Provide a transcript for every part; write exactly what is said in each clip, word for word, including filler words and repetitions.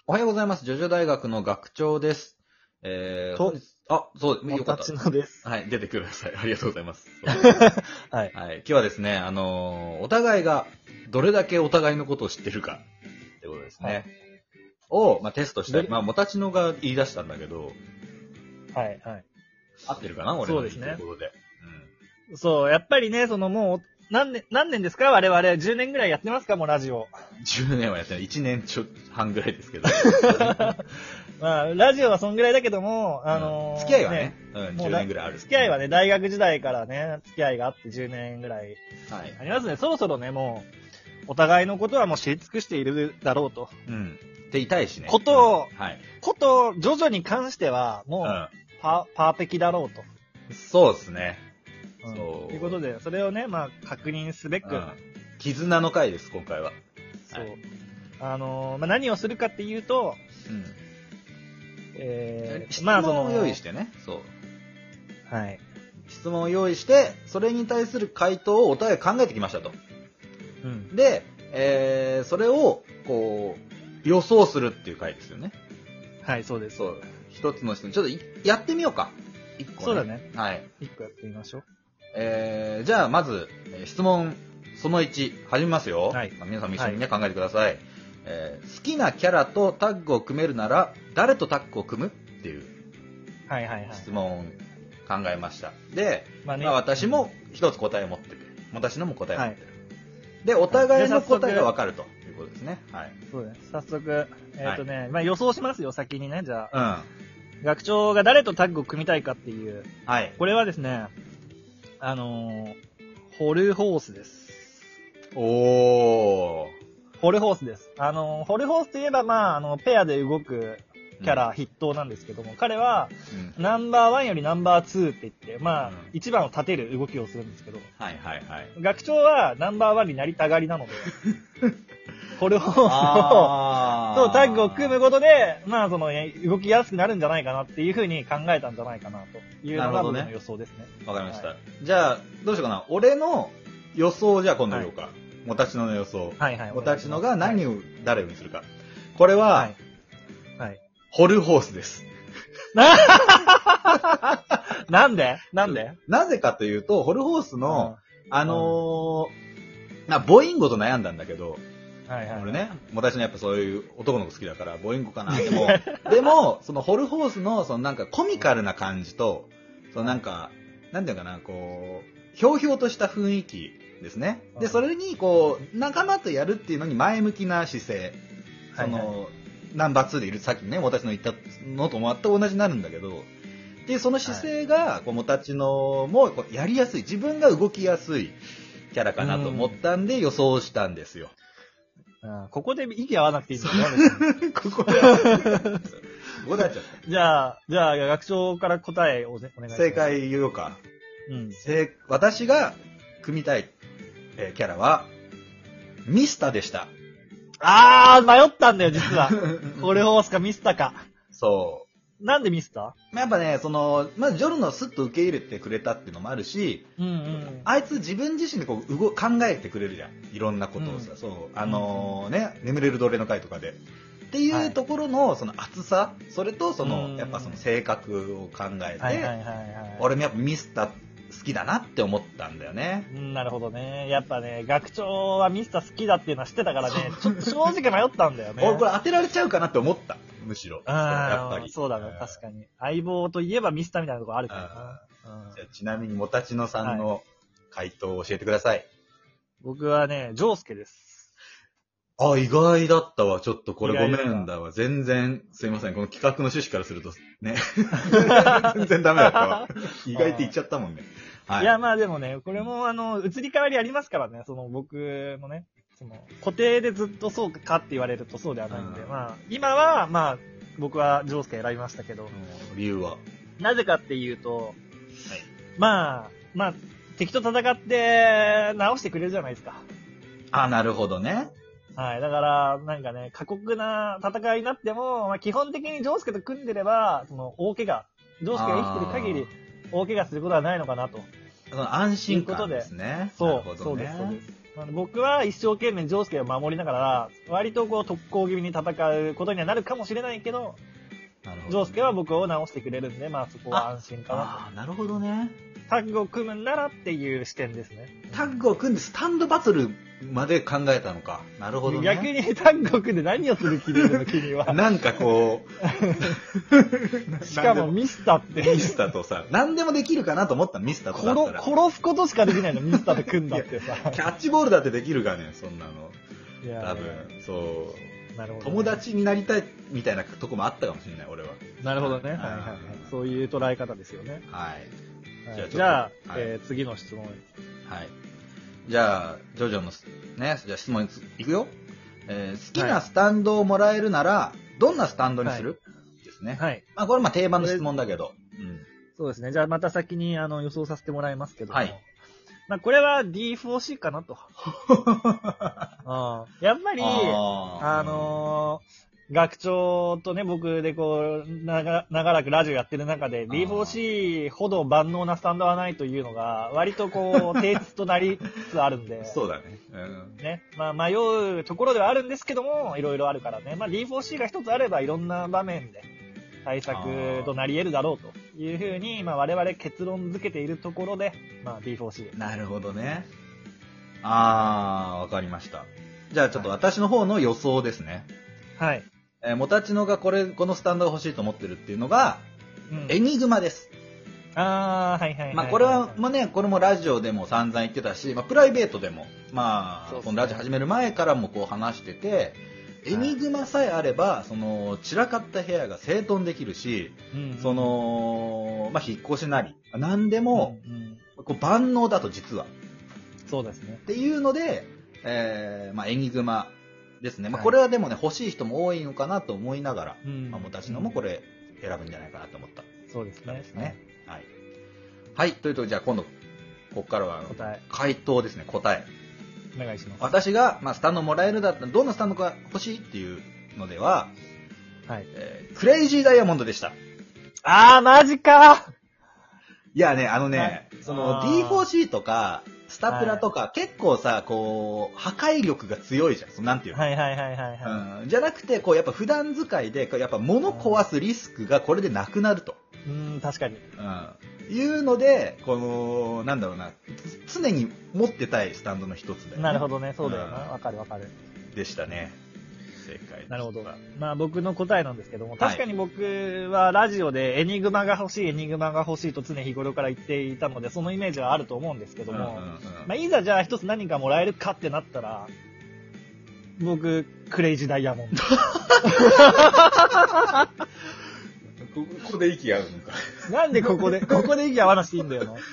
おはようございます。ジョジョ大学の学長です。えー、 と本日あ、そう、よかった。 もたちのです。 はい、出てください。ありがとうございます。 はい。 はい。今日はですね、あのーお互いがどれだけお互いのことを知ってるかってことですね。を、まあ、テストしたい。 どれまあ、もたちのが言い出したんだけど、 はい、はい。 合ってるかな俺の言ってることで。 そう、やっぱりね、そのもう、何年、何年ですか我々。じゅうねんぐらいやってますかもうラジオ。 じゅうねんはやってない。いちねんちょ半ぐらいですけど。 まあ、ラジオはそんぐらいだけども、あのーうん付き合いはね、うん、 もうじゅうねんぐらいある。 付き合いはね、大学時代からね、付き合いがあってじゅうねんぐらいはい。 ありますね。そろそろね、もう、お互いのことはもう知り尽くしているだろうと。 うん。って言いたいしね。 ことをうんはい。 こと、ジョジョに関しては、もう、 うパ、パーフェキだろうと。 ん。そうですね。 うんそうということで、それをね、まあ、確認すべく、 うん。絆の回です、今回は。 そう。 はいあのーまあ、何をするかっていうと、 うん。 えー、 質まあ、その、 問を用意してね。そう。 はい。 質問を用意して、それに対する回答をお互い考えてきましたと。 うん。 で、えー、それを、こう、予想するっていう回ですよね。 はい、そうです。 そう。一つの質問、ちょっといやってみようか。一個、ね。 そうだね。 はい。 一個やってみましょう。 えー、じゃあ、まず、えー質問、そのいち、始めますよ。 はい皆さんも一緒にね、考えてください。えー好きなキャラとタッグを組めるなら、誰とタッグを組むっていうはいはいはい。 質問を考えました。で、 まあねまあ、私も一つ答えを持ってる。私のも答えを持ってる。 はで、お互いのじゃあ早速答えが分かるということですね。はい。 そうです。早速、えっ、とね、まあ予想しますよ、先にね。じゃあ、 うん。 学長が誰とタッグを組みたいかっていう。 はい。 これはですね、あのー、ホルホースです。 おー。 ホルホースです。あのー、ホルホースといえば、まあ、あの、ペアで動くキャラ筆頭なんですけども、彼は、 うん。 ナンバーワンよりナンバーツーって言って、まあ、 うん一番を立てる動きをするんですけど、 はいはいはい。 学長はナンバーワンになりたがりなので、ホルホースを、 あとタッグを組むことで、まあ、その、え動きやすくなるんじゃないかなっていうふうに考えたんじゃないかなというのが僕の予想ですね。 わかりました。 はいじゃあ、どうしようかな。俺の予想をじゃあ今度言おうか。もたちのの予想。 はいはい。 もたちのが何を誰にするか。これは、 はい。はい。 ホルホースです。 なんでなんでなぜかというと、ホルホースの、あのー、な、ボインゴと悩んだんだけど、 はいはい。 俺ね、私のやっぱそういう男の子好きだから、ボインゴかな。でも、でも、そのホルホースの、そのなんかコミカルな感じと、そのなんか、なんていうかな、こう、ひょうひょうとした雰囲気ですね。で、それに、こう、仲間とやるっていうのに前向きな姿勢。その、 はいはナンバーツーでいる、さっきね、私の言ったのと全く同じになるんだけど、で、その姿勢が、こう、もたちのも、こうやりやすい、自分が動きやすいキャラかなと思ったんで予想したんですよ。 うんここで息合わなくていいんですよ、別にここで、ここでやっちゃっじゃあ、じゃあ、学長から答えをお願いしまた。 す。 正。解言おうか。 うん。 正私が組みたい、えーキャラは、ミスタでした。 あー、迷ったんだよ、実は。ホルホースかミスタか。 そなんでミスタう。やっぱね、その、まずジョルノをスッと受け入れてくれたっていうのもあるし、 うんうん。 あいつ自分自身でこう動考えてくれるじゃん。いろんなことをさ、 うんそう。あのーね、眠れる奴隷の会とかで。っていうところの、その熱さ、それとその、 うんやっぱその性格を考えて、 はいはいはいはい。 俺もやっぱミスター好きだなって思ったんだよね。 うん、なるほどね。やっぱね、学長はミスタ好きだっていうのは知ってたからね、ちょっと正直迷ったんだよね。 俺これ当てられちゃうかなって思った。むしろ。やっぱり。 そうだね、確かに。相棒といえばミスタみたいなとこあるからな。うんじゃあちなみにもたちのさんの回答を教えてください。 僕はね、ジョースケです。 あ、意外だったわ。ちょっとこれごめ意外だったんだわ。全然、すいません。この企画の趣旨からすると、ね。全然ダメだったわ。意外って言っちゃったもんね。はい。 いや、まあでもね、これもあの、移り変わりありますからね、その僕のね、その、固定でずっとそうかって言われるとそうではないんで、 うんまあ、今は、まあ、僕はジョースケ選びましたけど、 理由は。 なぜかっていうと、 はい。 まあ、まあ、敵と戦って直してくれるじゃないですか。 あ、なるほどね。 はい。だから、なんかね、過酷な戦いになっても、まあ、基本的にジョースケと組んでれば、その、大怪我、ジョースケが生きてる限り、大怪我することはないのかなと。 その安心感ですね。 そう、 なるほどねそうです、そうです。 あの僕は一生懸命ジョウスケを守りながら、割とこう特攻気味に戦うことにはなるかもしれないけど、 なるほど。 ジョウスケは僕を直してくれるんで、まあそこは安心かなと。 ああ、なるほどね。 タッグを組むんならっていう視点ですね。 タッグを組んでスタンドバトルまで考えたのか。なるほどね。 逆にタッグを組んで何をする気でいるの、君は。 なんかこう。しかもミスタって。 ミスタとさ、何でもできるかなと思ったミスタとだったら。 殺すことしかできないの、ミスタと組んだってさ。 キャッチボールだってできるかね、そんなの。 いや多分、そう。 なるほど、ね。 友達になりたいみたいなとこもあったかもしれない、俺は。 なるほどね。はいはいはい。そういう捉え方ですよね。 はい。 はい、じゃあ、じゃあはい、えー、次の質問。はい。 じゃあ、ジョジョの、ね、じゃあ質問いくよ。えー、好きなスタンドをもらえるなら、はい、どんなスタンドにする、はい、ですね。はい。まあ、これまあ定番の質問だけど。うん。 そうですね。じゃあまた先にあの予想させてもらいますけども。はい。まあ、これは ディーフォーシー かなと。あやっぱり、あ、あのー、学長とね、僕でこう、長らくラジオやってる中で、ディーフォーシー ほど万能なスタンドはないというのが、割とこう、定質となりつつあるんで。 そうだね。 うん。ね。まあ、迷うところではあるんですけども、いろいろあるからね。まあ、ディーフォーシー が一つあれば、いろんな場面で対策となり得るだろうというふうに、まあ、我々結論付けているところで、まあ、ディーフォーシー。 なるほどね。あー、わかりました。じゃあ、ちょっと私の方の予想ですね。 はい。 えー、もたちのがこれ、このスタンドが欲しいと思ってるっていうのが、うん、エニグマです。 あー、はいはいはい、はい。 まあこれは、まあね、これもラジオでも散々言ってたし、まあプライベートでも、まあ、ね、このラジオ始める前からもこう話してて、エニグマさえあれば、その、散らかった部屋が整頓できるし、うんうん、その、まあ引っ越しなり、何でも、うんうん、こう万能だと実は。 そうですね。 っていうので、えー、まあエニグマ、ですね。まあ、これはでもね、欲しい人も多いのかなと思いながら、うん、まあ、もたちのもこれ選ぶんじゃないかなと思った。 そうですね。 ですね。はい。はい。というと、じゃあ今度、ここからは、答え。回答ですね、答え。 お願いします。 私が、まあ、スタンドもらえるだったら、どんなスタンドが欲しいっていうのでは、はい。えー、クレイジーダイヤモンドでした。 あー、マジかいやね、あのね、その ディーフォーシー とか、スタプラとか、はい、結構さ、こう、破壊力が強いじゃん。そのなんていうの。 はいはいはいはい、はいうん。じゃなくて、こう、やっぱ普段使いで、やっぱ物壊すリスクがこれでなくなると。 うん、確かに。 うん。いうので、この、なんだろうな、常に持ってたいスタンドの一つだよね。 なるほどね、そうだよな。わ、うん、かるわかる。 でしたね。正解。 なるほど。まあ僕の答えなんですけども、確かに僕はラジオでエニグマが欲しい、エニグマが欲しいと常日頃から言っていたので、そのイメージはあると思うんですけども、うんうんうん、まあいざじゃあ一つ何かもらえるかってなったら、僕、クレイジーダイヤモンド。 ここで息合うのか。 なんでここで、ここで息合わなくていいんだよな。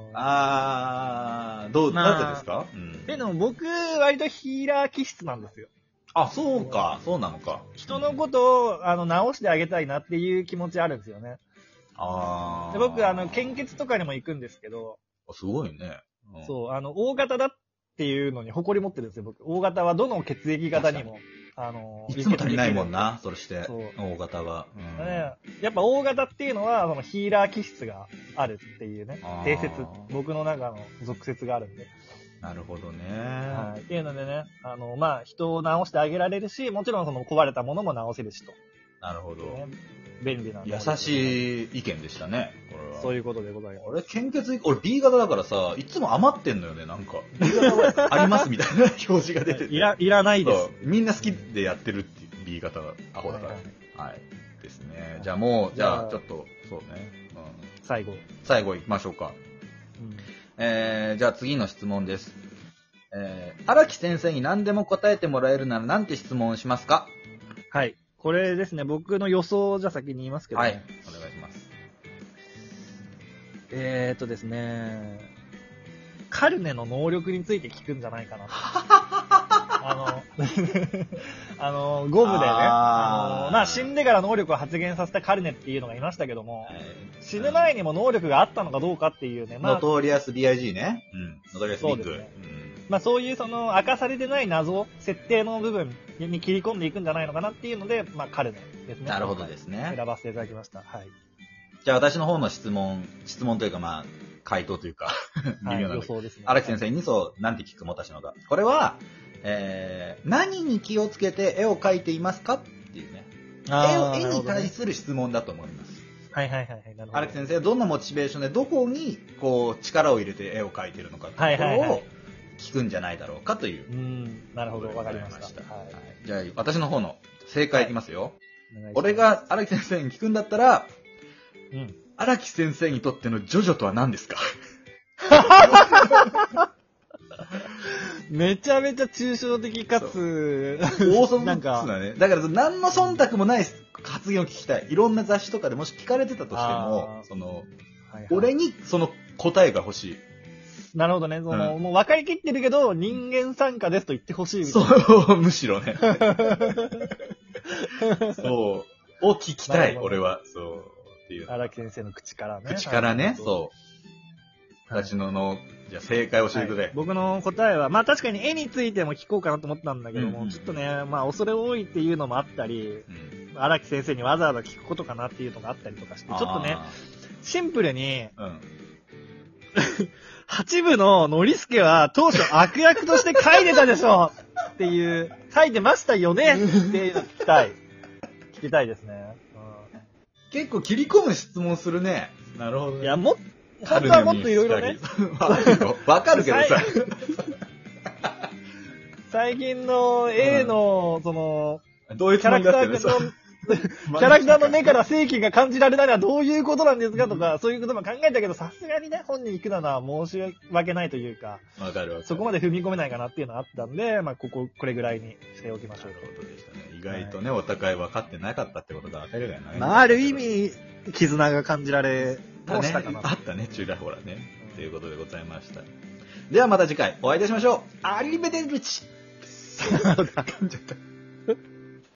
あー、どう、まあ、なぜですか、うん、 でも僕、割とヒーラー気質なんですよ。 あ、そうか、そうなのか。 人のことを、あの、直してあげたいなっていう気持ちあるんですよね。 あー。で僕、あの、献血とかにも行くんですけど。 すごいね。 うん、そう、あの、大型だっていうのに誇り持ってるんですよ、僕。大型はどの血液型にも。あの、 いつも足りないもんな、それして。そう。大型は、 うんね。やっぱ大型っていうのは、そのヒーラー気質があるっていうね。定説。僕の中の俗説があるんで。 なるほどね。 はい。っていうのでね、あの、まあ、人を直してあげられるし、もちろんその壊れたものも直せるしと。 なるほど。ね、 便利な、 優しい意見でしたね、これは。 そういうことでございます。 俺、献血、俺 B 型だからさ、いつも余ってんのよね、なんか。B 型はありますみたいな表示が出てて。 いら、いらないです。 みんな好きでやってるっていう B 型はアホだから。はい、はいはい。ですね。じゃあもう、じゃあちょっと、そうね。うん、 最後。 最後行きましょうか。うんえー、じゃあ次の質問です。えー、荒木先生に何でも答えてもらえるなら何て質問しますか？ はい。これですね、僕の予想をじゃあ先に言いますけど、ね。 はい。お願いします。 えーっとですね、カルネの能力について聞くんじゃないかなと。あの、あの、ゴムでね、あのまあ、死んでから能力を発現させたカルネっていうのがいましたけども、はい、死ぬ前にも能力があったのかどうかっていうね、 まあ、ノトリアス ディーアイジー ね。うん。ノトリアスビッグ。そうですね。うんまあそういうその明かされてない謎、設定の部分に切り込んでいくんじゃないのかなっていうので、まあカルネですね。 なるほどですね。 選ばせていただきました。はい。 じゃあ私の方の質問、質問というかまあ、 回答というか、 はい、 微妙な予想ですね。 荒木先生にそう、なんて聞くもたしのが。これは、えー、何に気をつけて絵を描いていますかっていうね。絵を、絵に対する質問だと思います。 はいはいはいはい。なるほど。 荒木先生はどんなモチベーションでどこにこう力を入れて絵を描いているのかっていうところを聞くんじゃないだろうかという。 うん、なるほど、わかりました。はい、 じゃあ私の方の正解いきますよ。はい、 ます俺が荒木先生に聞くんだったら、 うん、 荒木先生にとってのジョジョとは何ですか？ めちゃめちゃ抽象的かつ、 大損なんか、ね、だから何の忖度もない発言を聞きたい。いろんな雑誌とかでもし聞かれてたとしても、その、はいはい、俺にその答えが欲しい。 なるほどね。その、うん、もう分かりきってるけど、人間参加ですと言ってほしいみたいな。 そう、むしろね。そう。を聞きたい、俺は。そう。っていう。 荒木先生の口からね。 口からね、そう。私のの、じゃあ正解を教えてくれ、はい。 僕の答えは、まあ確かに絵についても聞こうかなと思ったんだけども、うんうん、ちょっとね、まあ恐れ多いっていうのもあったり、荒、うん、木先生にわざわざ聞くことかなっていうのがあったりとかして、ちょっとね、シンプルに、うん、八部のノリスケは当初悪役として書いてたでしょっていう、書いてましたよねっていうの聞きたい。聞きたいですね。 うん、結構切り込む質問するね。なるほどね。 いや、もっ本当はもっといろいろね。 わかるけどさ。 最近の A の、うん、その、 どういうつもりだってね。 キャラクターの目から正気が感じられないのはどういうことなんですかとか、うん、そういうことも考えたけど、さすがにね、本人行くのは申し訳ないというか、 わかるわかる。 そこまで踏み込めないかなっていうのがあったんで、まあ、ここ、これぐらいにしておきましょう。 ということでしたね。意外とね、はい、お互い分かってなかったってことがあったよね。 まあ、ある意味、絆が感じられましたかな。 あったね、ちらほらね。うん、ということでございました。ではまた次回お会いいたしましょう。アリベデルチ。噛んじゃった。